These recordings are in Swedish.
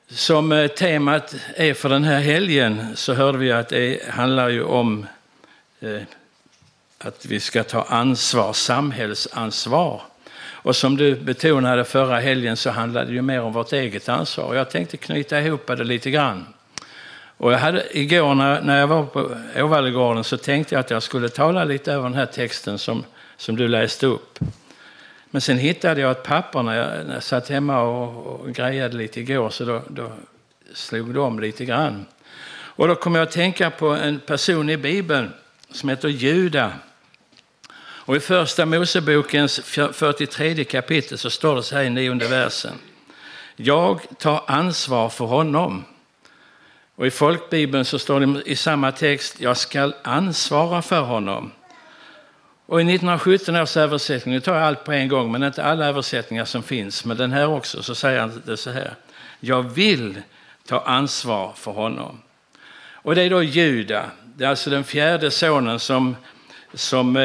Som temat är för den här helgen så hörde vi att det handlar ju om att vi ska ta ansvar, samhällsansvar. Och som du betonade förra helgen så handlade det ju mer om vårt eget ansvar. Och jag tänkte knyta ihop det lite grann. Och igår när jag var på Åvallegården så tänkte jag att jag skulle tala lite över den här texten som du läste upp. Men sen hittade jag ett papper när jag satt hemma och grejade lite igår, så då slog det om lite grann. Och då kom jag att tänka på en person i Bibeln som heter Juda. Och i första Mosebokens 43 kapitel så står det så här i 9:e versen. Jag tar ansvar för honom. Och i folkbibeln så står det i samma text, jag ska ansvara för honom. Och i 1917 års översättning, nu tar jag allt på en gång, men inte alla översättningar som finns, men den här också, så säger han det så här. Jag vill ta ansvar för honom. Och det är då Juda, det är alltså den fjärde sonen som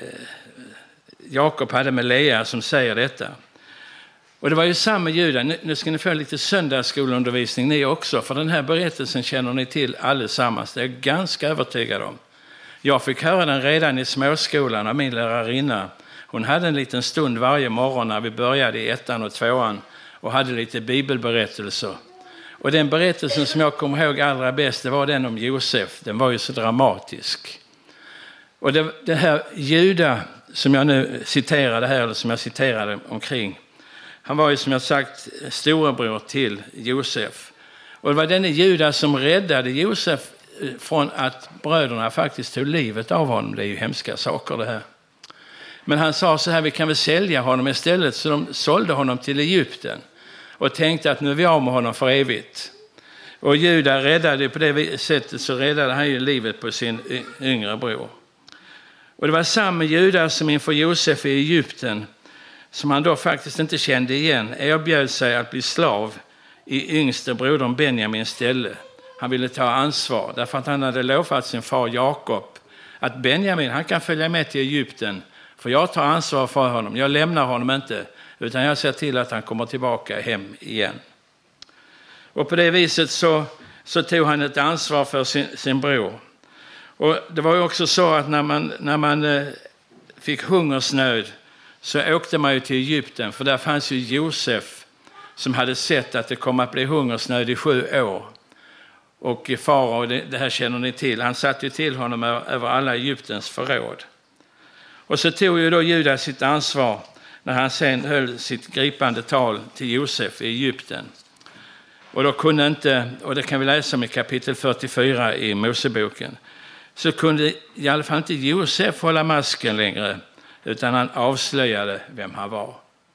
Jakob hade med Lea som säger detta. Och det var ju samma Juda, nu ska ni få lite söndagsskolundervisning ni också, för den här berättelsen känner ni till allesammans, det är jag ganska övertygad om. Jag fick höra den redan i småskolan av min lärarinna. Hon hade en liten stund varje morgon när vi började i 1:an och 2:an och hade lite bibelberättelser. Och den berättelsen som jag kommer ihåg allra bäst, det var den om Josef. Den var ju så dramatisk. Och det här Juda som jag nu citerade här, eller som jag citerade omkring, han var ju som jag sagt storebror till Josef. Och det var denne Juda som räddade Josef från att bröderna faktiskt tog livet av honom. Det är ju hemska saker det här. Men han sa så här, vi kan väl sälja honom istället. Så de sålde honom till Egypten och tänkte att nu är vi av med honom för evigt. Och Juda räddade på det sättet, så räddade han ju livet på sin yngre bror. Och det var samma Juda som inför Josef i Egypten, som han då faktiskt inte kände igen, erbjöd sig att bli slav i yngste brodern Benjamins ställe. Han ville ta ansvar därför att han hade lovat sin far Jakob att Benjamin, han kan följa med till Egypten, för jag tar ansvar för honom. Jag lämnar honom inte, utan jag ser till att han kommer tillbaka hem igen. Och på det viset så tog han ett ansvar för sin bror. Och det var ju också så att när man fick hungersnöd så åkte man ju till Egypten, för där fanns ju Josef som hade sett att det kommer att bli hungersnöd i 7 år. Och farao, det här känner ni till, han satt ju till honom över alla Egyptens förråd. Och så tog ju då Juda sitt ansvar när han sen höll sitt gripande tal till Josef i Egypten. Och då kunde inte, och det kan vi läsa om i kapitel 44 i Moseboken, så kunde i alla fall inte Josef hålla masken längre, utan han avslöjade vem han var.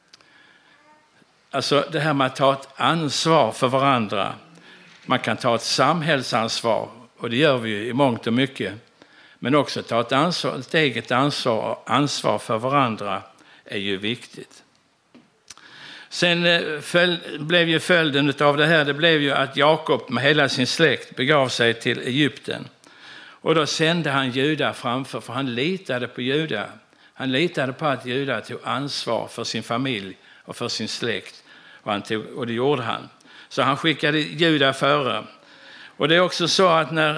Alltså det här med att ta ett ansvar för varandra. Man kan ta ett samhällsansvar, och det gör vi ju i mångt och mycket. Men också ta ett eget ansvar för varandra är ju viktigt. Sen blev ju följden av det här, det blev ju att Jakob med hela sin släkt begav sig till Egypten. Och då sände han Juda framför, för han litade på Juda. Han litade på att Juda tog ansvar för sin familj och för sin släkt. Och det gjorde han. Så han skickade Juda före. Och det är också så att när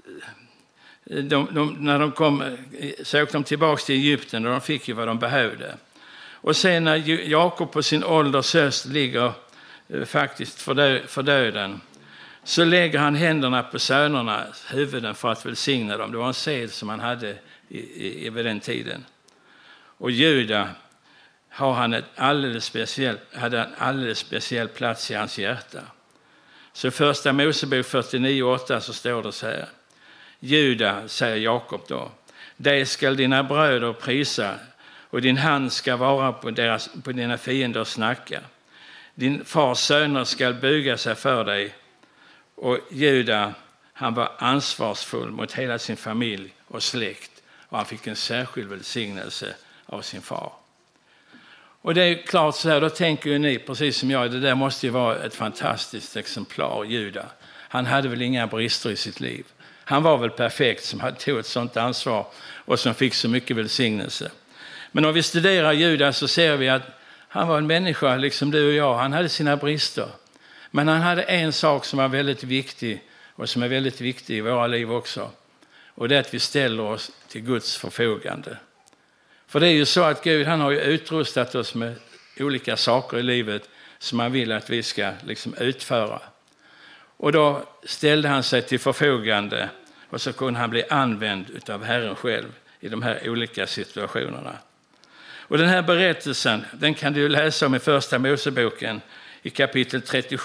de kom så åkte de tillbaka till Egypten och de fick ju vad de behövde. Och sen när Jakob på sin ålders höst ligger faktiskt för döden, så lägger han händerna på sönernas huvuden för att välsigna dem. Det var en sed som han hade vid den tiden. Och Juda hade en alldeles speciell plats i hans hjärta. Så i första Mosebok 49:8 så står det så här. Juda, säger Jakob då, det skall dina bröder prisa, och din hand ska vara på dina fienders nackar. Din fars söner ska buga sig för dig. Och Juda, han var ansvarsfull mot hela sin familj och släkt, och han fick en särskild välsignelse av sin far. Och det är klart så här, då tänker ju ni, precis som jag, det där måste ju vara ett fantastiskt exemplar, Juda. Han hade väl inga brister i sitt liv. Han var väl perfekt som tog ett sånt ansvar och som fick så mycket välsignelse. Men om vi studerar Juda så ser vi att han var en människa liksom du och jag. Han hade sina brister. Men han hade en sak som var väldigt viktig och som är väldigt viktig i våra liv också. Och det är att vi ställer oss till Guds förfogande. För det är ju så att Gud, han har ju utrustat oss med olika saker i livet som han vill att vi ska liksom utföra. Och då ställde han sig till förfogande och så kunde han bli använd av Herren själv i de här olika situationerna. Och den här berättelsen, den kan du läsa om i första Moseboken i kapitel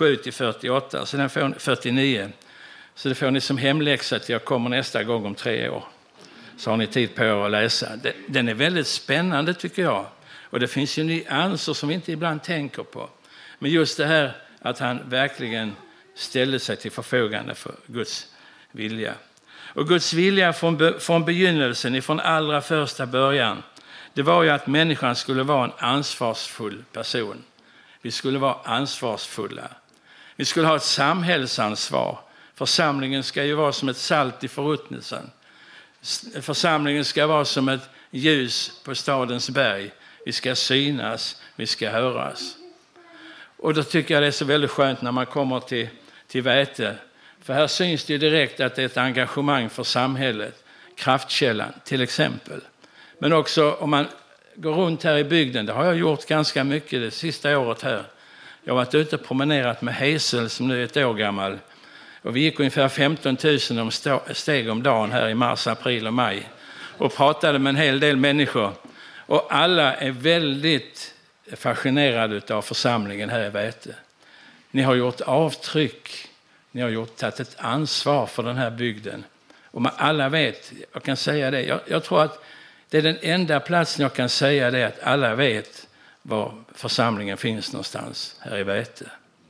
37-48, så den får 49. Så det får ni som hemläxa till jag kommer nästa gång om 3 år. Så har ni tid på er att läsa. Den är väldigt spännande tycker jag. Och det finns ju nyanser som vi inte ibland tänker på. Men just det här att han verkligen ställde sig till förfogande för Guds vilja. Och Guds vilja från begynnelsen, ifrån allra första början, det var ju att människan skulle vara en ansvarsfull person. Vi skulle vara ansvarsfulla. Vi skulle ha ett samhällsansvar. Församlingen ska ju vara som ett salt i förruttnelsen. Församlingen ska vara som ett ljus på stadens berg. Vi ska synas, vi ska höras. Och då tycker jag det är så väldigt skönt när man kommer till Väte. För här syns det ju direkt att det är ett engagemang för samhället. Kraftkällan till exempel. Men också om man går runt här i bygden, det har jag gjort ganska mycket det sista året här. Jag har varit ute och promenerat med Hazel som nu är 1 år gammal. Och vi gick ungefär 15 000 steg om dagen här i mars, april och maj. Och pratade med en hel del människor. Och alla är väldigt fascinerade av församlingen här i Väte. Ni har gjort avtryck. Ni har tagit ett ansvar för den här bygden. Och man alla vet, jag kan säga det. Jag tror att det är den enda platsen jag kan säga det att alla vet var församlingen finns någonstans här i Väte.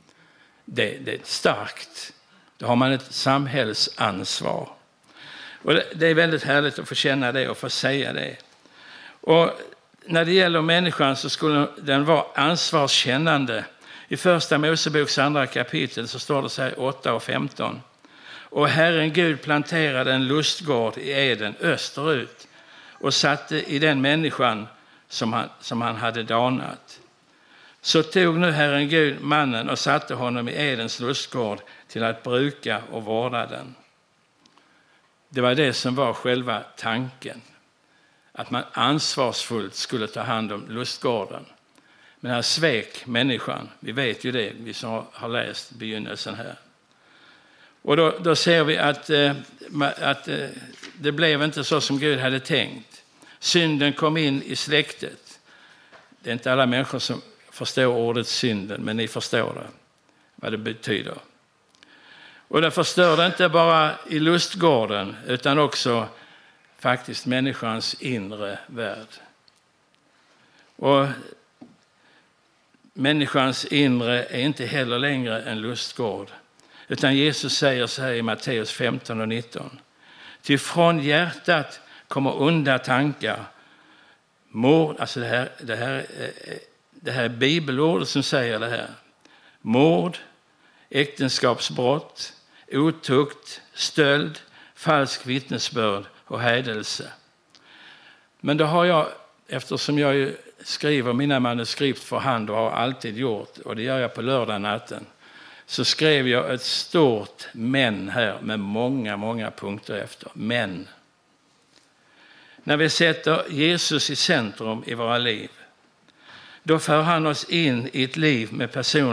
Det är starkt. Då har man ett samhällsansvar. Och det är väldigt härligt att få känna det och få säga det. Och när det gäller människan så skulle den vara ansvarskännande. I första Moseboks 2 kapitel så står det så här 8 och 15. Och Herren Gud planterade en lustgård i Eden österut och satte i den människan som han hade danat. Så tog nu Herren Gud mannen och satte honom i Edens lustgård till att bruka och vårda den. Det var det som var själva tanken. Att man ansvarsfullt skulle ta hand om lustgården. Men här svek människan. Vi vet ju det, vi som har läst begynnelsen här. Och då ser vi att det blev inte så som Gud hade tänkt. Synden kom in i släktet. Det är inte alla människor som förstår ordet synden, men ni förstår det, vad det betyder. Och det förstörde inte bara i lustgården utan också faktiskt människans inre värld. Och människans inre är inte heller längre en lustgård. Utan Jesus säger så här i Matteus 15 och 19. Till från hjärtat kommer onda tankar. Mord, alltså det här är bibelordet som säger det här. Mord, äktenskapsbrott, otukt, stöld, falsk vittnesbörd och hädelse. Men då har jag, eftersom jag ju skriver mina manuskript för hand och har alltid gjort, och det gör jag på lördag natten, så skrev jag ett stort men här med många punkter efter. Men. När vi sätter Jesus i centrum i våra liv, då för han oss in i ett liv med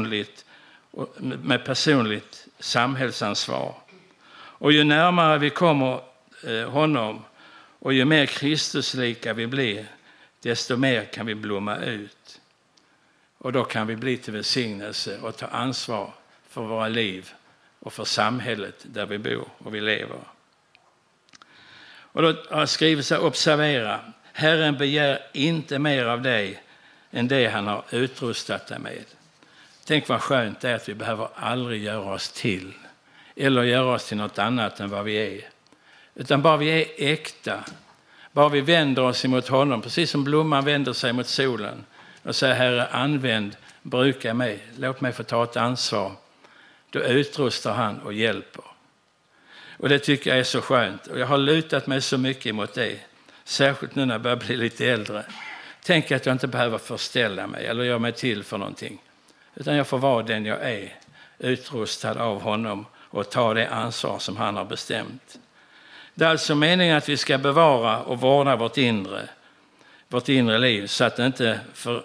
personligt samhällsansvar. Och ju närmare vi kommer honom och ju mer Kristuslika vi blir, desto mer kan vi blomma ut. Och då kan vi bli till välsignelse och ta ansvar för våra liv och för samhället där vi bor och vi lever. Och då har jag skrivit så här, observera, Herren begär inte mer av dig än det han har utrustat dig med. Tänk vad skönt det är att vi behöver aldrig göra oss till eller göra oss till något annat än vad vi är. Utan bara vi är äkta, bara vi vänder oss emot honom, precis som blomman vänder sig mot solen och säger, Herre, använd, bruka mig, låt mig få ta ett ansvar. Då utrustar han och hjälper. Och det tycker jag är så skönt. Och jag har lutat mig så mycket emot det. Särskilt nu när jag börjar bli lite äldre. Tänk att jag inte behöver förställa mig eller göra mig till för någonting. Utan jag får vara den jag är. utrustad av honom och ta det ansvar som han har bestämt. Det är alltså meningen att vi ska bevara och vårda vårt inre liv så att det inte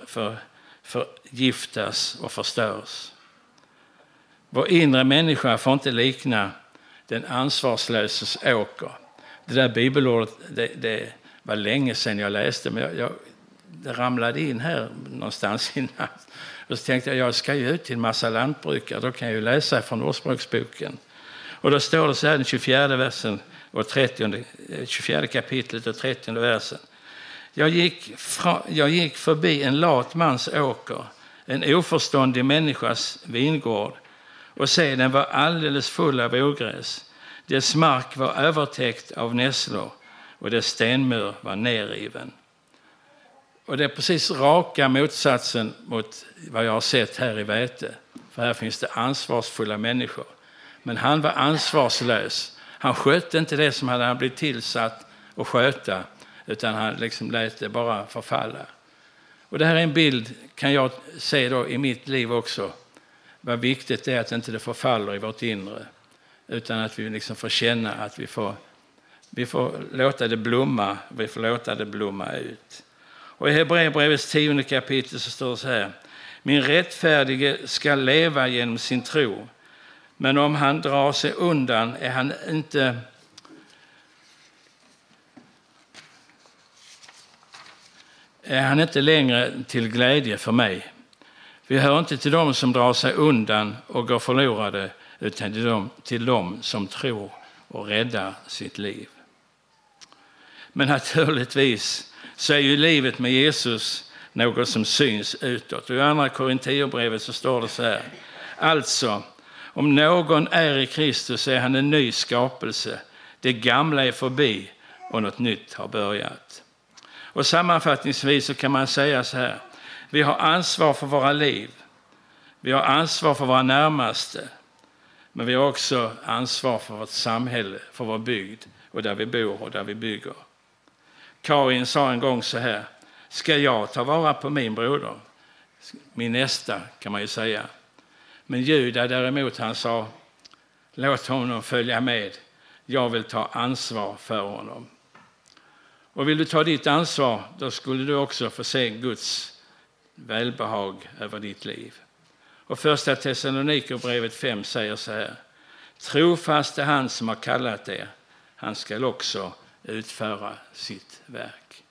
förgiftas och förstörs. Vår inre människa får inte likna den ansvarslöses åker. Det där bibelordet, det var länge sedan jag läste, men det ramlade in här någonstans innan. Och så tänkte jag ska ju ut till en massa lantbrukare, då kan jag ju läsa från Ordspråksboken. Och då står det så här den 24 versen och 24 kapitlet och 30 versen. Jag gick förbi en lat mans åker, en oförståndig människas vingård, och se, den var alldeles full av ogräs. Dess mark var övertäckt av nässlor och dess stenmur var nerriven. Och det är precis raka motsatsen mot vad jag har sett här i Väte. För här finns det ansvarsfulla människor. Men han var ansvarslös. Han skötte inte det som han hade blivit tillsatt att sköta, utan han liksom lät det bara förfalla. Och det här är en bild, kan jag se då i mitt liv också, vad viktigt det är att inte det förfaller i vårt inre, utan att vi liksom får känna att vi får låta det blomma, vi får låta det blomma ut. Och i Hebreerbrevets 10 kapitel så står det så här: min rättfärdige ska leva genom sin tro, men om han drar sig undan är han inte längre till glädje för mig. Vi hör inte till dem som drar sig undan och går förlorade, utan till dem som tror och räddar sitt liv. Men naturligtvis så är ju livet med Jesus något som syns utåt. Och i andra Korinthierbrevet så står det så här: alltså, om någon är i Kristus är han en ny skapelse. Det gamla är förbi och något nytt har börjat. Och sammanfattningsvis så kan man säga så här: vi har ansvar för våra liv. Vi har ansvar för våra närmaste. Men vi har också ansvar för vårt samhälle, för vår bygd och där vi bor och där vi bygger. Karin sa en gång så här: ska jag ta vara på min broder? Min nästa, kan man ju säga. Men Juda däremot, han sa: låt honom följa med. Jag vill ta ansvar för honom. Och vill du ta ditt ansvar, då skulle du också få se Guds välbehag över ditt liv. Och första Thessalonikerbrevet 5 säger så här: trofast är han som har kallat er, han ska också utföra sitt verk.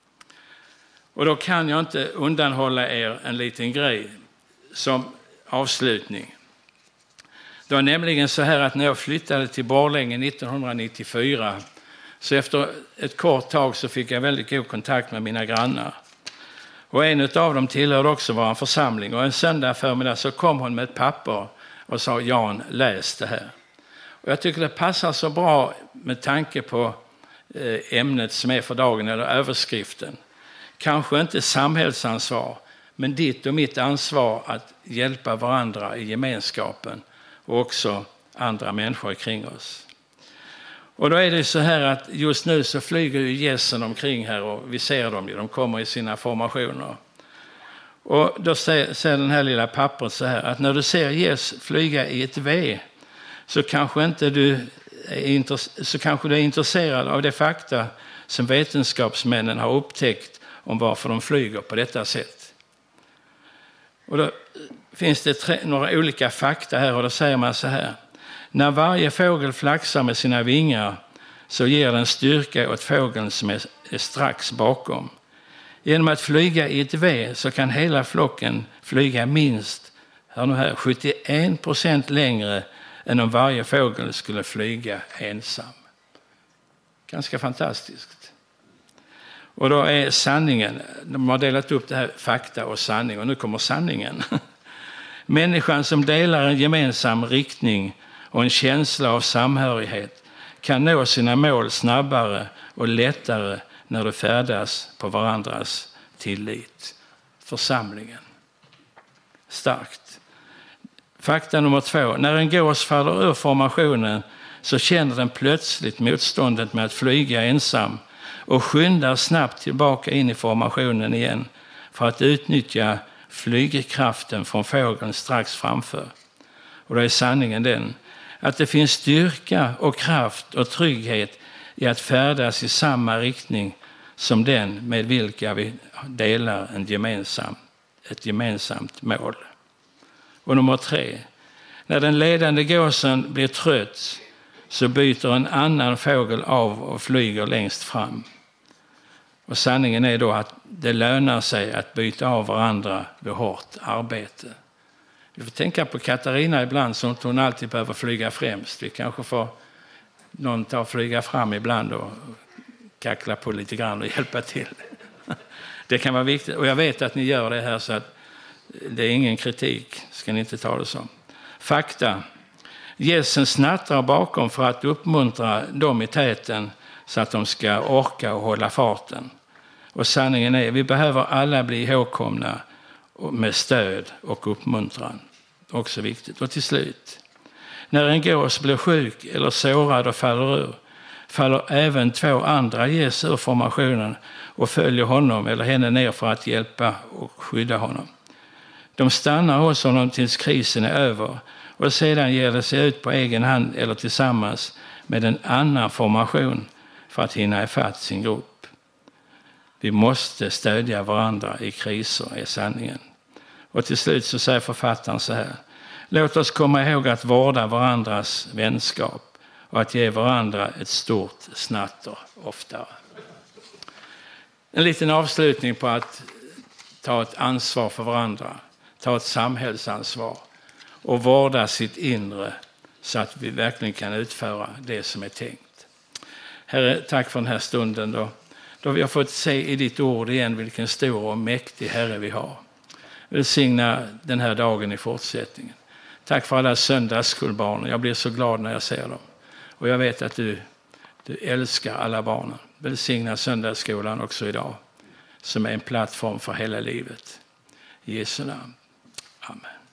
Och då kan jag inte undanhålla er en liten grej som avslutning. Det var nämligen så här att när jag flyttade till Borlänge 1994, så efter ett kort tag så fick jag väldigt god kontakt med mina grannar. Och en av dem tillhörde också vår församling. Och en söndag förmiddag så kom hon med ett papper och sa: Jan, läs det här. Och jag tycker det passar så bra med tanke på ämnet som är för dagen, eller överskriften. Kanske inte samhällsansvar, men ditt och mitt ansvar att hjälpa varandra i gemenskapen och också andra människor kring oss. Och då är det så här att just nu så flyger ju gässen omkring här och vi ser dem ju, de kommer i sina formationer. Och då säger den här lilla pappret så här, att när du ser gäss flyga i ett V så kanske du är intresserad av det fakta som vetenskapsmännen har upptäckt om varför de flyger på detta sätt. Och då finns det några olika fakta här, och då säger man så här: när varje fågel flaxar med sina vingar så ger den styrka åt fågeln som är strax bakom. Genom att flyga i ett V så kan hela flocken flyga minst 71% längre än om varje fågel skulle flyga ensam. Ganska fantastiskt. Och då är sanningen, de har delat upp det här fakta och sanning, och nu kommer sanningen. Människan som delar en gemensam riktning och en känsla av samhörighet kan nå sina mål snabbare och lättare när du färdas på varandras tillit. Församlingen. Starkt. Fakta nummer 2. När en gås faller ur formationen så känner den plötsligt motståndet med att flyga ensam och skyndar snabbt tillbaka in i formationen igen för att utnyttja flygkraften från fågeln strax framför. Och då är sanningen den att det finns styrka och kraft och trygghet i att färdas i samma riktning som den med vilka vi delar ett gemensamt mål. Och nummer 3. När den ledande gåsen blir trött så byter en annan fågel av och flyger längst fram. Och sanningen är då att det lönar sig att byta av varandra vid hårt arbete. Vi får tänka på Katarina ibland, så att hon alltid behöver flyga främst. Vi kanske får någon ta och flyga fram ibland och kackla på lite grann och hjälpa till. Det kan vara viktigt. Och jag vet att ni gör det här, så att det är ingen kritik, ska ni inte ta det som. Fakta. Gässen snattrar bakom för att uppmuntra dem i täten så att de ska orka och hålla farten. Och sanningen är, vi behöver alla bli ihågkomna med stöd och uppmuntran. Också viktigt. Och till slut, när en gås blir sjuk eller sårad och faller ur, faller även 2 andra gäss ur formationen och följer honom eller henne ner för att hjälpa och skydda honom. De stannar hos honom tills krisen är över och sedan ger de sig ut på egen hand eller tillsammans med en annan formation för att hinna ifatt sin grupp. Vi måste stödja varandra i kriser, är sanningen. Och till slut så säger författaren så här: låt oss komma ihåg att vårda varandras vänskap och att ge varandra ett stort snatter oftare. En liten avslutning på att ta ett ansvar för varandra, ta ett samhällsansvar och vårda sitt inre så att vi verkligen kan utföra det som är tänkt. Herre, tack för den här stunden då vi har fått se i ditt ord igen vilken stor och mäktig Herre vi har. Välsigna den här dagen i fortsättningen. Tack för alla söndagsskolbarn. Jag blir så glad när jag ser dem. Och jag vet att du älskar alla barnen. Välsigna söndagsskolan också idag, som är en plattform för hela livet. I Jesu namn. Amen.